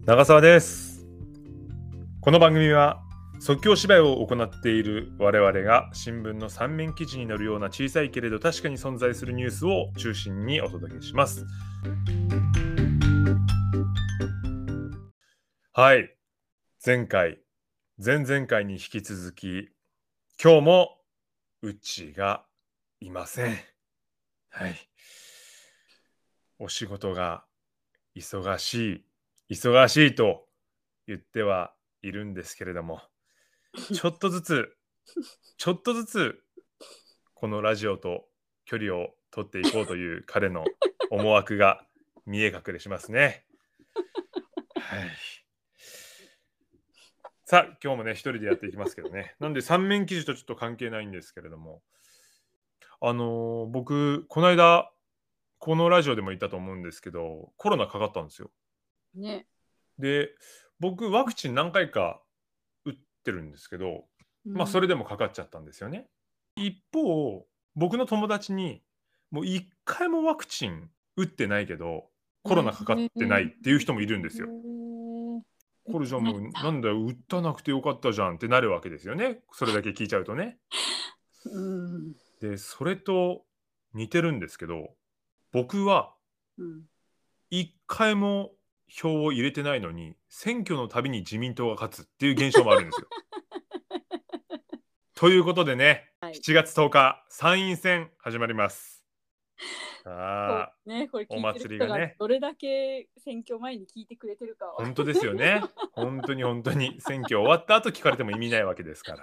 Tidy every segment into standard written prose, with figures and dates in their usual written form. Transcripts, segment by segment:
長澤です。この番組は即興芝居を行っている我々が新聞の三面記事に載るような小さいけれど確かに存在するニュースを中心にお届けします。はい、前回前々回に引き続き今日もうっちーがいません。はい、お仕事が忙しいと言ってはいるんですけれども、ちょっとずつこのラジオと距離を取っていこうという彼の思惑が見え隠れしますね。はい。さあ、今日もね、一人でやっていきますけどね。なんで三面記事とちょっと関係ないんですけれども、僕、この間、このラジオでも言ったと思うんですけど、コロナかかったんですよ。 ね。 で、僕、ワクチン何回か打ってるんですけど、それでもかかっちゃったんですよね。一方、僕の友達に、もう1回もワクチン打ってないけど、コロナかかってないっていう人もいるんですよ。これじゃあもう、なんだよ、打たなくてよかったじゃんってなるわけですよね。それだけ聞いちゃうとね。で、それと似てるんですけど、僕は1回も票を入れてないのに、選挙のたびに自民党が勝つっていう現象もあるんですよ。ということでね、7月10日、参院選始まります。さあ、 これお聞いてる人が祭りがね、 どれだけ選挙前に聞いてくれてるかは。 本当ですよね。本当に選挙終わった後聞かれても意味ないわけですから。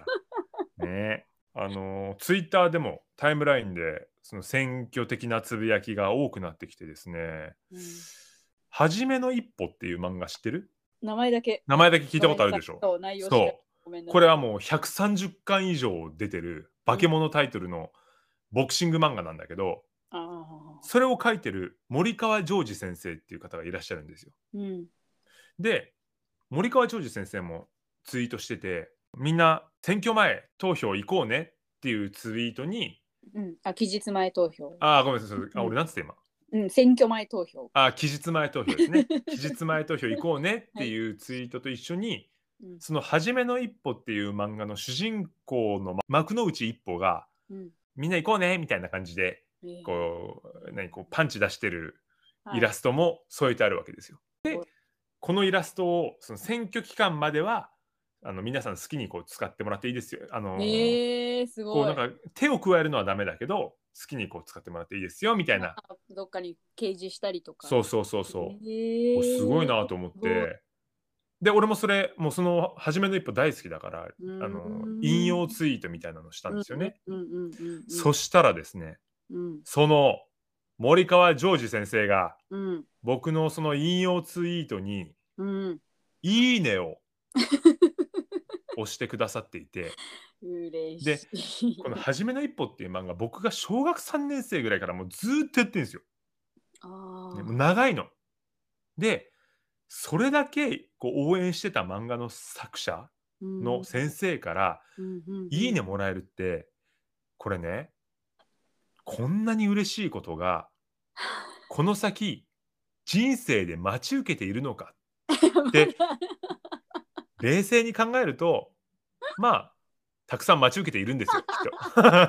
ね。ツイッターでもタイムラインでその選挙的なつぶやきが多くなってきてですね。はじめの一歩っていう漫画知ってる？ 名前だけ聞いたことあるでしょ。そう。これはもう130巻以上出てる化け物タイトルのボクシング漫画なんだけど、それを書いてる森川ジョージ先生っていう方がいらっしゃるんですよ。で、森川ジョージ先生もツイートしてて、みんな選挙前投票行こうねっていうツイートに、 期日前投票。 ごめんなさい。俺なんつって今。 選挙前投票。 期日前投票ですね。期日前投票行こうねっていうツイートと一緒に、その初めの一歩っていう漫画の主人公の幕の内一歩が、みんな行こうねみたいな感じで、こうパンチ出してるイラストも添えてあるわけですよ。で、このイラストをその選挙期間までは皆さん好きにこう使ってもらっていいですよ。 すごい。 こうなんか手を加えるのはダメだけど、好きにこう使ってもらっていいですよみたいな。 どっかに掲示したりとか。 そう。すごいなと思って。で、俺もその初めの一歩大好きだから、引用ツイートみたいなのしたんですよね。そしたらですね、その森川ジョージ先生が、僕のその引用ツイートに、いいねを押してくださっていて、で、この初めの一歩っていう漫画、僕が小学3年生ぐらいからもうずっとやってるんですよ。もう長いの。で、それだけこう応援してた漫画の作者の先生からいいねもらえるって、これね、こんなに嬉しいことがこの先人生で待ち受けているのかって冷静に考えると、たくさん待ち受けているんですよ、きっと。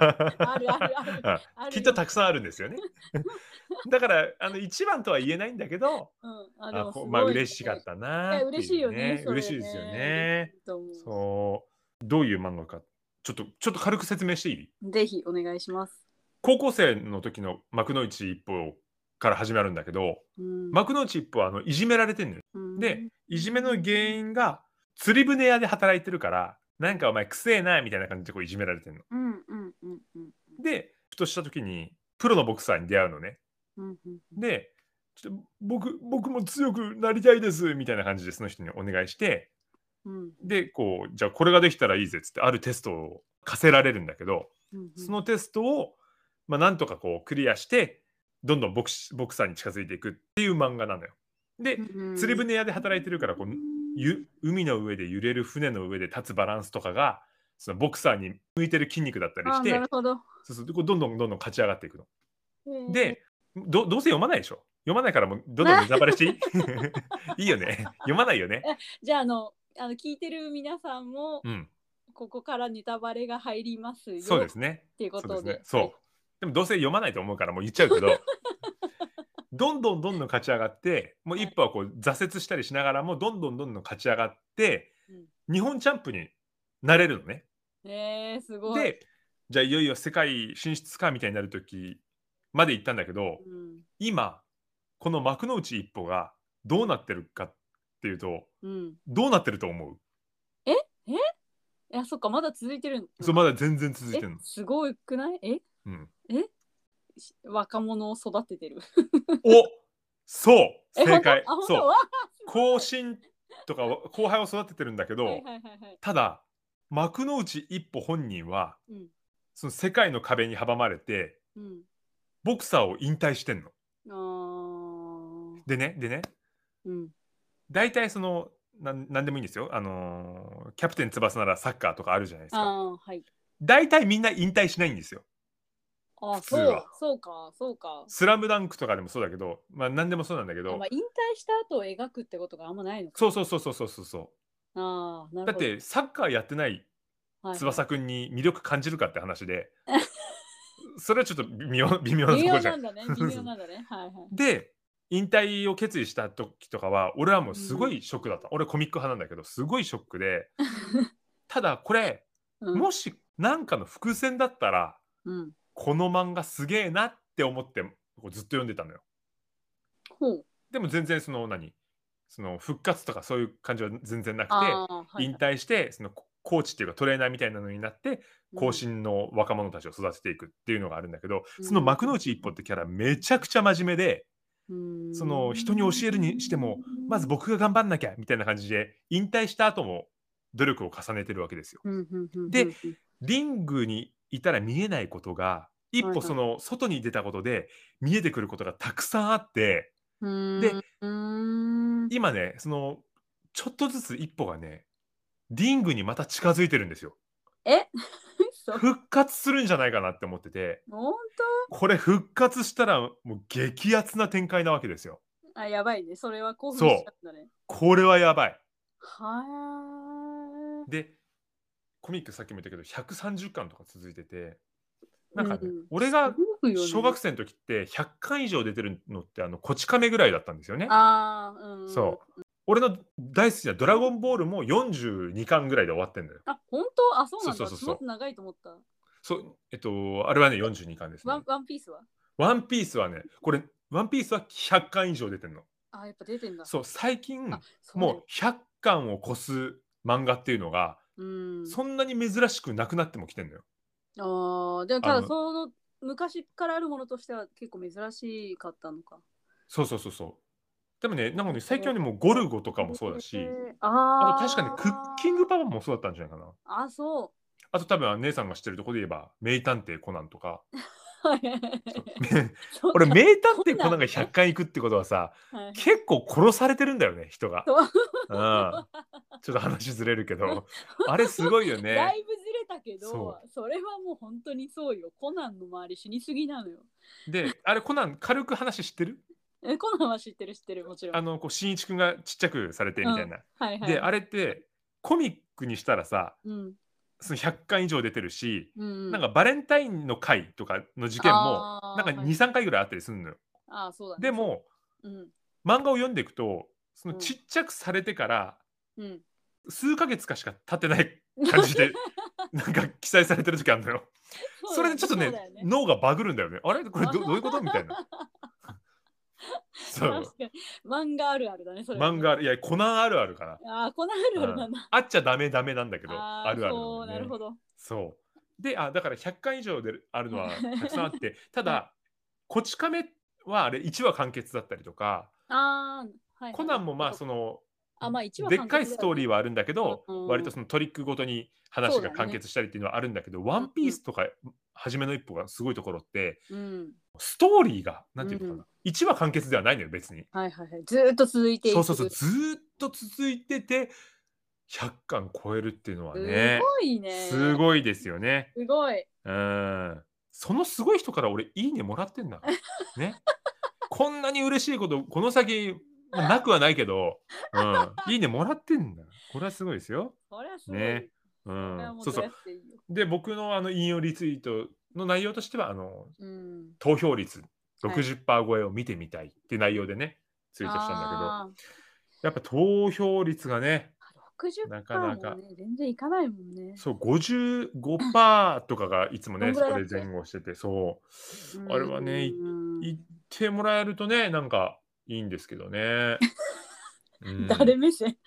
きっとたくさんあるんですよね。だから一番とは言えないんだけど、嬉しかったなっていうね。嬉しいよね。嬉しいですよね。そう。どういう漫画か、ちょっと軽く説明していい？ ぜひお願いします。 高校生の時の幕の内一歩から始まるんだけど、幕の内一歩はいじめられてんのよ。で、いじめの原因が釣り船屋で働いてるから、なんかお前くせえなみたいな感じでこういじめられてんの。で、ふとした時にプロのボクサーに出会うのね。で、ちょっと僕も強くなりたいですみたいな感じでその人にお願いして、で、こう、じゃあこれができたらいいぜっつってあるテストを課せられるんだけど、そのテストを、なんとかこうクリアして、どんどんボクサーに近づいていくっていう漫画なのよ。で、釣り船屋で働いてるから、こう海の上で揺れる船の上で立つバランスとかが、そのボクサーに向いてる筋肉だったりして、そうどんどん勝ち上がっていくの。で、どうせ読まないでしょ、 読まないからもうどんどんネタバレしていいいいよね。読まないよね。 じゃあ聞いてる皆さんも、 うん。 ここからネタバレが入りますよそうですね。 っていうことで。 そう。 はい、 でもどうせ読まないと思うからもう言っちゃうけど、どんどん勝ち上がって、もう一歩はこう挫折したりしながらもどんどん勝ち上がって、日本チャンプになれるのね。 すごい。 で、じゃあいよいよ世界進出かみたいになる時まで行ったんだけど、今この幕の内一歩がどうなってるかっていうと、どうなってると思う？ いや、そっか、まだ続いてるの？ そう、まだ全然続いてるの。 すごくない？若者を育ててる。 お、そう正解。そう。 わ後進とか後輩を育ててるんだけど、ただ幕の内一歩本人は、その世界の壁に阻まれて、ボクサーを引退してんの。でね、大体そのなんでもいいんですよ。キャプテン翼ならサッカーとかあるじゃないですか。大体みんな引退しないんですよ。普通は。 そうか。 スラムダンクとかでもそうだけど、まあ何でもそうなんだけど。 引退した後を描くってことがあんまないのか。 そう。 なるほど。 だってサッカーやってない翼くんに魅力感じるかって話で、それはちょっと微妙なところじゃん。 微妙なんだね。 で、引退を決意した時とかは、俺はもうすごいショックだった。俺コミック派なんだけど、すごいショックで、ただこれ、もしなんかの伏線だったら、この漫画すげえなって思ってずっと読んでたのよ。でも全然その復活とかそういう感じは全然なくて、引退してそのコーチっていうかトレーナーみたいなのになって、後進の若者たちを育てていくっていうのがあるんだけど、その幕の内一歩ってキャラめちゃくちゃ真面目で、その人に教えるにしてもまず僕が頑張んなきゃみたいな感じで、引退した後も努力を重ねてるわけですよ。で、リングにいたら見えないことが一歩その外に出たことで見えてくることがたくさんあって、で今ね、そのちょっとずつ一歩がね、リングにまた近づいてるんですよ。復活するんじゃないかなって思ってて、これ復活したらもう激アツな展開なわけですよ。 やばいね。それは興奮しちゃったね。 これはやばい。 はで、コミックさっきも言ったけど130巻とか続いてて、なんかね、俺が小学生の時って100巻以上出てるのってこち亀ぐらいだったんですよね。そう。俺の大好きなドラゴンボールも42巻ぐらいで終わってんだよ。 本当？そうなんだ。もっと長いと思った。 そう、あれはね、42巻ですね。 ワンピースは？ ワンピースはね、これ、ワンピースは100巻以上出てんの。 やっぱ出てんだ。 そう、最近、もう100巻を超す漫画っていうのが、そんなに珍しくなくなってもきてんのよ。 でもただその昔からあるものとしては結構珍しかったのか。 そう。でもね、なんかね、最近はね、もうゴルゴとかもそうだし、あと確かにクッキングパパもそうだったんじゃないかな。 そう。 あと多分姉さんが知ってるところで言えば、名探偵コナンとか。俺、名探偵コナンが100巻いくってことはさ、結構殺されてるんだよね、人が。ちょっと話ずれるけど、あれすごいよね。 だいぶずれたけど、それはもう本当にそうよ。コナンの周り死にすぎなのよ。 で、あれコナン軽く話知ってる？ コナンは知ってるもちろん。 こう新一くんがちっちゃくされてみたいな。で、あれってコミックにしたらさ、その100巻以上出てるし、なんかバレンタインの回とかの事件もなんか2、3回ぐらいあったりするのよ。でも、漫画を読んでいくと、そのちっちゃくされてから数ヶ月かしか経ってない感じでなんか記載されてる時あるのよ。それでちょっとね、脳がバグるんだよね。あれこれどういうことみたいな。 そう。漫画あるあるだね、それ。 漫画、いや、コナンあるあるかな。コナンあるあるなんだ。 あっちゃダメなんだけど、あるある。 なるほど。 そう。で、だから100巻以上であるのはたくさんあって、ただ、こち亀はあれ1話完結だったりとか、コナンもまあその、でっかいストーリーはあるんだけど、割とそのトリックごとに話が完結したりっていうのはあるんだけど、ワンピースとか初めの一歩がすごいところって、ストーリーがなんていうのかな、1話完結ではないのよ、別に。 ずっと続いていく。そう、ずっと続いてて100巻超えるっていうのはね、 すごいね。 すごいですよね。 すごい。 そのすごい人から俺いいねもらってんだね。 こんなに嬉しいことこの先なくはないけど、いいねもらってんだ。これはすごいですよ。 そりゃすごい。 ね。 それはもうそうそう。 どうやっていいよ。 で、僕の引用リツイートの内容としては、投票率はい。 60%超えを見てみたいっていう内容でね、ツイートしたんだけど、 あやっぱ投票率がね、 ー、 なかなか、 60%もね、全然いかないもんね。 そう、55%とかがいつもどんね、それぐらいだっけ？ 前後してて、そう。あれはね、言っん。 てもらえるとね、なんかいいんですけどね。 誰目線？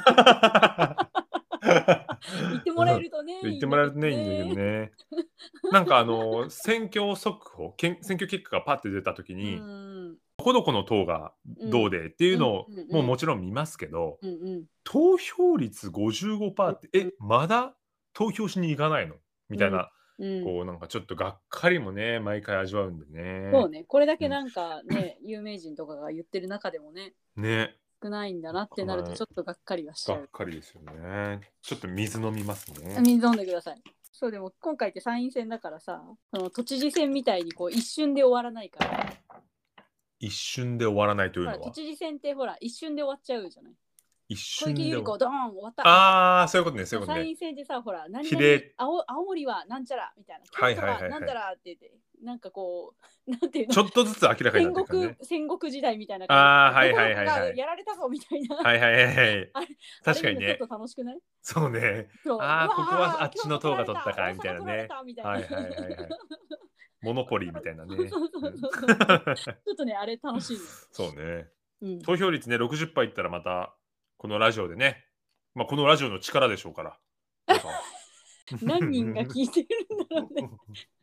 言ってもらえるとね、 言っていいんだけどもらえるとね、いいんだけどね。 ね。なんか選挙速報、選挙結果がパッて出た時うに、 ん。 どこどこの党がどうでっていうのをもうもちろん見ますけど、 うんうん。 投票率55%って、まだ投票しに行かないのみたいな、 うん。 こうなんかちょっとがっかりもね、毎回味わうんでね。 そうね、これだけうん。 なんかね、有名人とかが言ってる中でもね、 ね。 少ないんだなってなるとちょっとがっかりはしちがっゃう。 かりですよね。ちょっと水飲みますね。 水飲んでください。そうでも今回って参院選だからさ、その都知事選みたいにこう一瞬で終わらないから。 一瞬で終わらないというほら都のは、 知事選ってほら一瞬で終わっちゃうじゃない。 一小池百合瞬で終わ子ドーン終わったみたいな。 ああ、そういうことね、そういうことね。 参院選でさ、ほら、何々 比例青森はなんちゃらみたいな、京はい都はいはいはい。 はなんたらって言って、なんかこう、なんていうの、 ちょっとずつ明らかになっていくからね。 戦国時代みたいな感じああ、 で、 はいはどこどこいはいはい。 がやられたぞみたいな、 はいはいはいはい。 あれ、あれ確かにね。 見るのちょっと楽しくない？ そうね。 そう、うああ、ここはあわー、 っち京の党が都取られた、 取ったか、みたい大阪取られなね。 たみたいな。 はいはいはいはい。モノポリーみたいなそうね。 そうそううん。 そうそう。ちょっとね、あれ楽しいね。 そうね。 うん。 投票率ね、60%いったらまた、このラジオでね、このラジオの力でしょうから。皆さん。 何人が聞いてるんだろうね。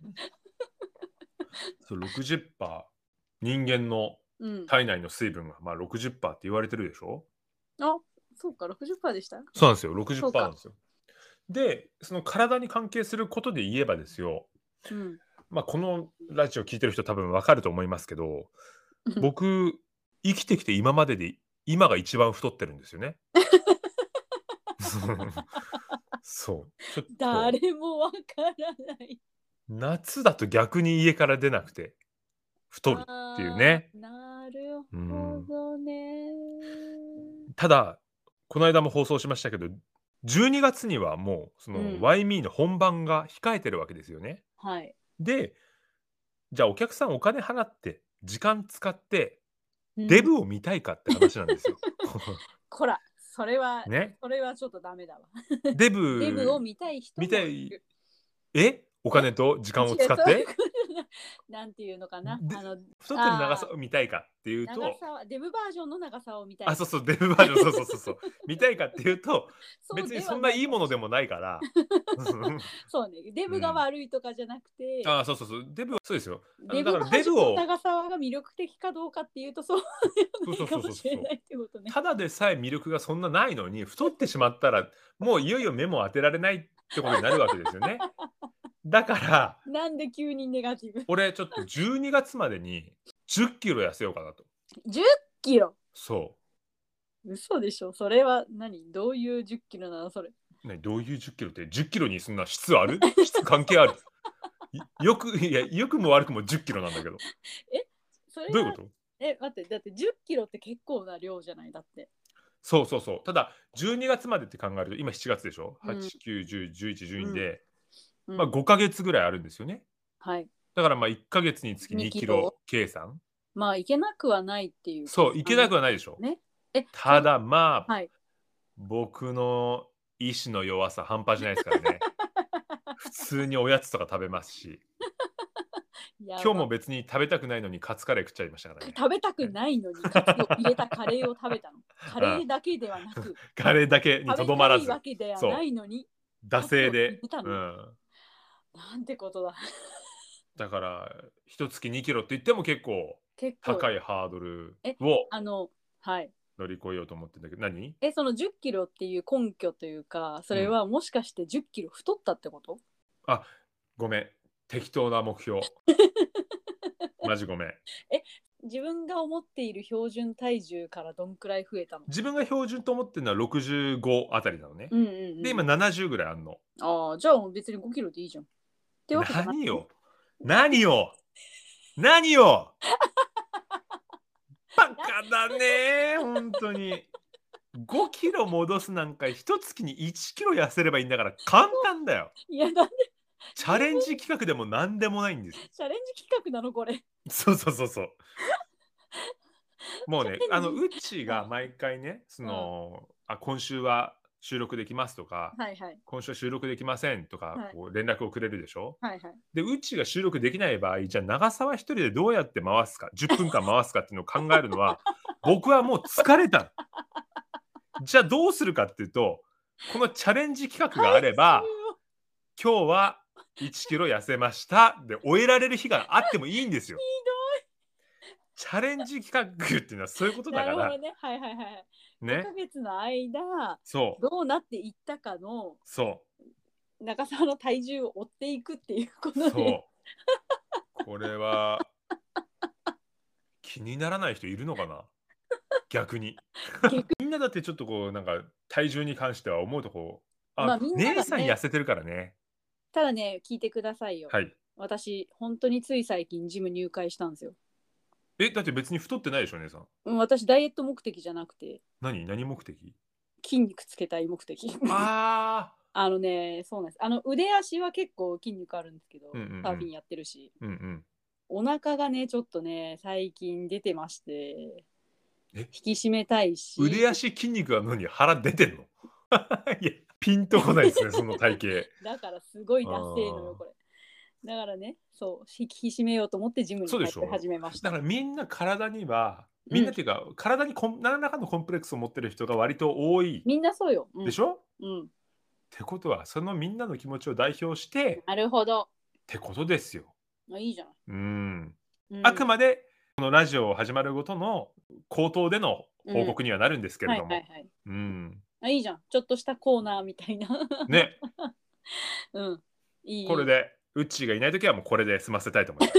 そう、60%、人間のうん。 体内の水分が、60%って言われてるでしょ。 あ、そうか、60%でした？ そうなんですよ、 そう 60%なんか。 ですよ。で、その体に関係することで言えばですよ、 うん。 このラジオ聞いてる人多分わかると思いますけど、僕、生きてきて今までで、今が一番太ってるんですよね。そう、ちょっと、 誰もわからない。 夏だと逆に家から出なくて、太るっていうあね。 あ、なるうほん。 どね。 ただ、この間も放送しましたけど、12月にはもう、その、 うん。 YME の本番が控えてるわけですよね。 はい。 で、じゃあお客さんお金払って、時間使って、 うん。 デブを見たいかって話なんですよ。 こら、それは、 ね。 それはちょっとダメだわ。 デデブをブ見たい人見たいもいる。 おえ、 金と時間を違う、 使って、 そういうことなんていうのかな。 で太ってる長さを見たいかっていうと、 長さは、デブバージョンの長さを見たあ、 いか。 そうそう、デブバージョン、そうそうそうそう。見たいかっていうと、 そうで別にそんないはないかもいものでもないから。 そうね、デブがうん。 悪いとかじゃなくて、 あ、そうそうそう。デブはそうですよ。 デブだからバージョンのデブを長さが魅力的かどうかっていうとそうではないかそうそうそうそうそう。 もしれないってことね。 ただでさえ魅力がそんなないのに、太ってしまったら、もういよいよ目も当てられないってことになるわけですよね。だから、 なんで急にネガティブ？ 俺ちょっと12月までに10キロ痩せようかなと。 10キロ？ そ嘘でしょ？それは何？どういう10キロなのそれ？ う。ね、どういう10キロって10キロにそんな質ある？質関係ある？よくも悪くも10キロなんだけど。 それはどういうこと？ 待って、だって10キロって結構な量じゃない？だって。 そうそうそう。ただ、12月までって考えると、今7月でしょ？ うん 8、9、10、11、12 うんで、 うん 5ヶ月ぐらいあるんですよね。 はい。 だから1ヶ月につき 2 2 キロキロ計算。 まあいけなくはないっていうそう、いけなくはないでしょ。 ね。 ただはい。 僕の意志の弱さ半端じゃないですからね。普通におやつとか食べますし、 やば今日も別に食べたくないのにカツカレー食っちゃいましたからね。 食べたくないのにカツを入れたカレーを食べたの。カレーだけではなく、 カレーだけにと食べどまらず、 たいわけではそう、 ないのに、 惰性で、 カツを入れたの。なんてことだ。 だから一月2キロって言っても結構結構。 高いハードルえ、 をはい。 乗り越えようと思ってんだけど、何？ その10キロっていう根拠というか、それはもしかして10キロ太ったってこと？ あ、ごめん。適当な目標。マジごめん。 自分が思っている標準体重からどんくらい増えたの？ 自分が標準と思ってるのは65あたりなのね。 うんうんうん。 で、今70ぐらいあんの。 ああ、じゃあ別に5キロでいいじゃん。っ何よ何よ何よやだね本当に。5キロ戻すなんか一月に1キロ痩せればいいんだから簡単だよ。 いや、なんでチャレンジ企画でも何でもないんですよ。 チャレンジ企画なのこれ。 そうそうそうそう。もうね、 チャレンジうっちーが毎回ね、今週は収録できますとか、 はいはい。 今週は収録できませんとか、 はいこう連絡をくれるでしょ。 はいはい。 で、うっちーが収録できない場合、じゃあ長澤一人でどうやって回すか、10分間回すかっていうのを考えるのは、僕はもう疲れた。じゃあどうするかっていうと、このチャレンジ企画があれば、今日は1キロ痩せましたで終えられる日があってもいいんですよ。チャレンジ企画っていうのはそういうことだから。 なるほどね。はいはいはい。5 ね。 ヶ月の間、 そう。 どうなっていったかのそう。 中澤の体重を追っていくっていうことで。 そう。これは気にならない人いるのかな逆に。みんなだってちょっとこうなんか体重に関しては思うとこう、 まあみんな姉がね、 さん痩せてるからね。 ただね、聞いてくださいよ。 はい。 私、本当につい最近ジム入会したんですよ。 だって別に太ってないでしょ、姉さん。 私、ダイエット目的じゃなくて、 何目的？ 筋肉つけたい目的。 ああのね、そうなんです。腕足は結構筋肉あるんですけど、 うんうんうんサーフィンやってるし、 うんうん。 お腹がね、ちょっとね、最近出てまして、 え引き締めたいし、 腕足筋肉がのに腹出てんのいや、ピンとこないですね、その体型。 だからすごいダセーのよ、これ。だからね、そう、引き締めようと思ってジムに通いそうでしょ。 始めました。 だからみんな体には、みんなっていうか、体に何らかのコンプレックスを持ってる人が割と多いみんなそうよ。 でしょ、 うん。 ってことは、そのみんなの気持ちを代表して、 なるほど。 ってことですよ。 いいじゃない。 あくまで、このラジオ始まるごとの口頭での報告にはなるんですけれども。 いいじゃん。ちょっとしたコーナーみたいな。 ね。 うん。いい。 これで、ウッチーがいないときはもうこれで済ませたいと思います。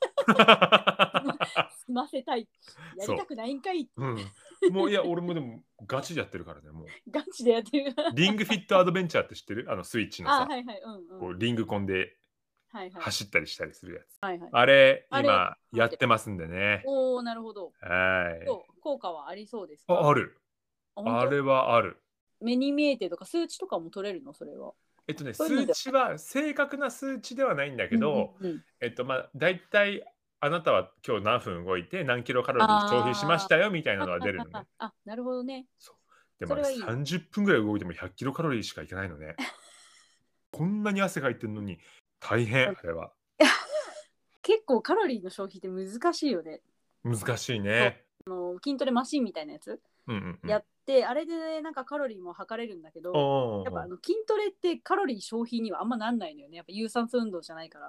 済ませたい。やりたくないんかい。 もういや、俺もでもガチでやってるからね、もう。 ガチでやってる。 リングフィットアドベンチャーって知ってる？スイッチのさ、こうリングコンで走ったりしたりするやつ。あれ、今やってますんでね。 おお、なるほど。 はい。 効果はありそうですか？ ある。あれはある。 目に見えてとか数値とかも取れるのそれは？ 数値は正確な数値ではないんだけど、だいたいあなたは今日何分動いて何キロカロリー消費しましたよみたいなのは出るのね。 あ、なるほどね。 そう。でも30分ぐらい動いても100キロカロリーしかいけないのね。こんなに汗かいてるのに大変、あれは。 結構カロリーの消費って難しいよね。 難しいね。 筋トレマシンみたいなやつやってあれでなんかカロリーも測れるんだけど、やっぱ筋トレってカロリー消費にはあんまなんないのよね。やっぱ有酸素運動じゃないから。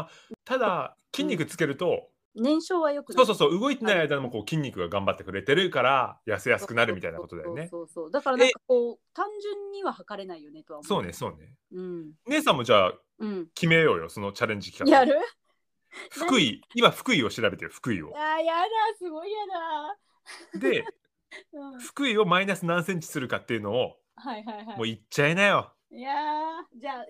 ただ筋肉つけると燃焼はよくなる。 そう動いてない間もこう筋肉が頑張ってくれてるから痩せやすくなるみたいなことだよね。 そうだからなんかこう単純には測れないよねとは思う。 そうね。姉さんもじゃあ決めようよ、そのチャレンジ企画。 やる？ 今福井を調べてよ、福井を。 やだ、すごいやだ。 で、福井をマイナス何センチするかっていうのをもう言っちゃいなよ。 いやじゃあ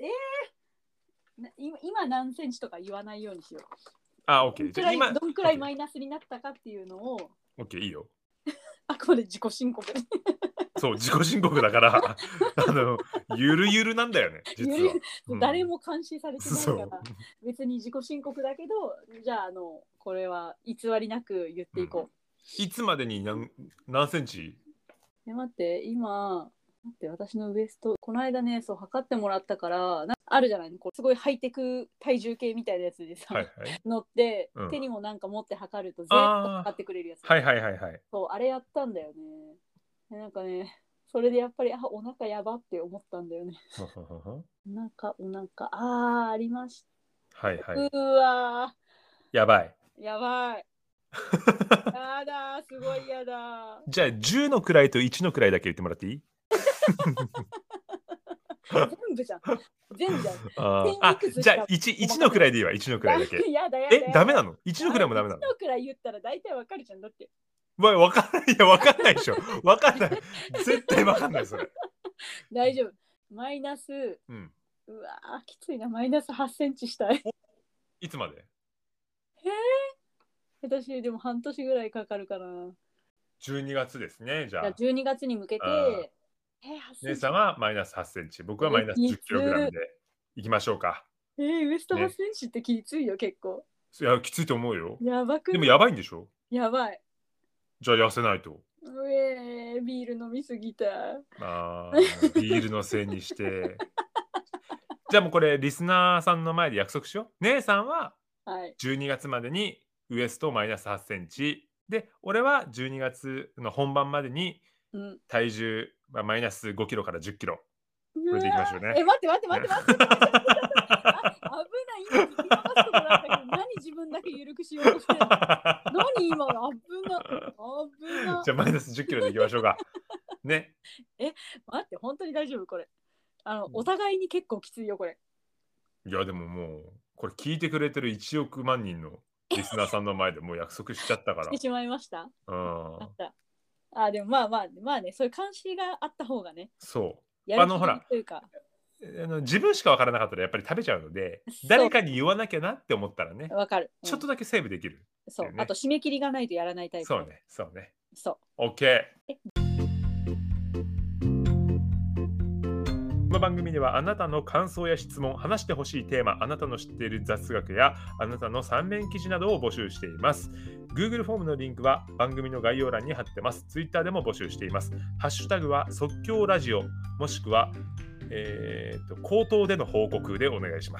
今何センチとか言わないようにしよう。 OK。 じゃあ今どんくらいマイナスになったかっていうのを。 OK、いいよ。 これ自己申告。 そう、自己申告だからゆるゆるなんだよね、実は。 誰も監視されてないから、別に自己申告だけど、じゃあこれは偽りなく言っていこう。いつまでに何センチ？ 待って、私のウエスト、この間ね、測ってもらったから、あるじゃない、すごいハイテク体重計みたいなやつでさ、乗って、手にもなんか持って測ると全部測ってくれるやつ。そう、あれやったんだよね。なんかね、それでやっぱり、お腹やばって思ったんだよね。お腹、ありました。うわやばい。 やだ、すごいやだ。 じゃあ10の位と1の位だけ言ってもらっていい？ 全部じゃん。じゃあ1の位でいいわ、1の位だけ。ダメなの？ 1の位もダメなの？1 の位言ったら大体わかるじゃん、だって。 わかんないでしょ。わかんない。絶対わかんない、それ。 大丈夫。マイナス、うわきついな、マイナス8センチしたい。 いつまで？ 私でも半年ぐらいかかるかな。 12月ですね、じゃあ。 12月に向けて、 姉さんはマイナス8センチ、僕はマイナス10キログラムでいきましょうか。 ウエスト8センチってきついよ、結構。 いや、きついと思うよ。 やばくない？ でもやばいんでしょ？ やばい。 じゃあ痩せないと。 ビール飲みすぎた。 ビールのせいにして。じゃあもうこれ、リスナーさんの前で約束しよう。姉さんは12月までにウエストマイナス8センチ。で、俺は12月の本番までに体重、マイナス5キロから10キロ。これでいきましょうね。 待って。危ない。今聞き流してもらったけど、何自分だけ緩くしようとしてるの？何今の？危な。 じゃあマイナス10キロでいきましょうか。ね。 待って、本当に大丈夫これ。お互いに結構きついよ、これ。 いや、でももう、これ聞いてくれてる1億万人のリスナーさんの前でもう約束しちゃったから。 してしまいました。 あった。でもまあね、そういう監視があった方がね。 そう。 ほら、 自分しか分からなかったらやっぱり食べちゃうので、誰かに言わなきゃなって思ったらね、 わかる。 ちょっとだけセーブできる。 そう。あと締め切りがないとやらないタイプ。 そうね。 そう。 OK。この番組ではあなたの感想や質問、話してほしいテーマ、あなたの知っている雑学やあなたの3面記事などを募集しています。Google フォームのリンクは番組の概要欄に貼ってます。Twitter でも募集しています。ハッシュタグは即興ラジオ、もしくは、口頭での報告でお願いします。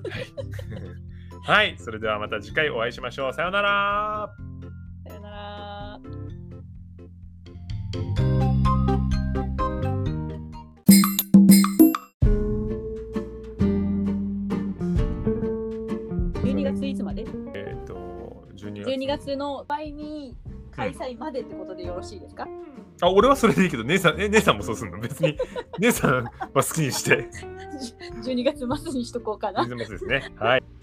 はい、それではまた次回お会いしましょう。さようなら。 さようなら。12月いつまで？12月の場合に開催までってことでよろしいですか？ 俺はそれでいいけど、姉さんもそうすんの？別に姉さんは好きにして。 12月末にしとこうかな。 12月末ですね。はい。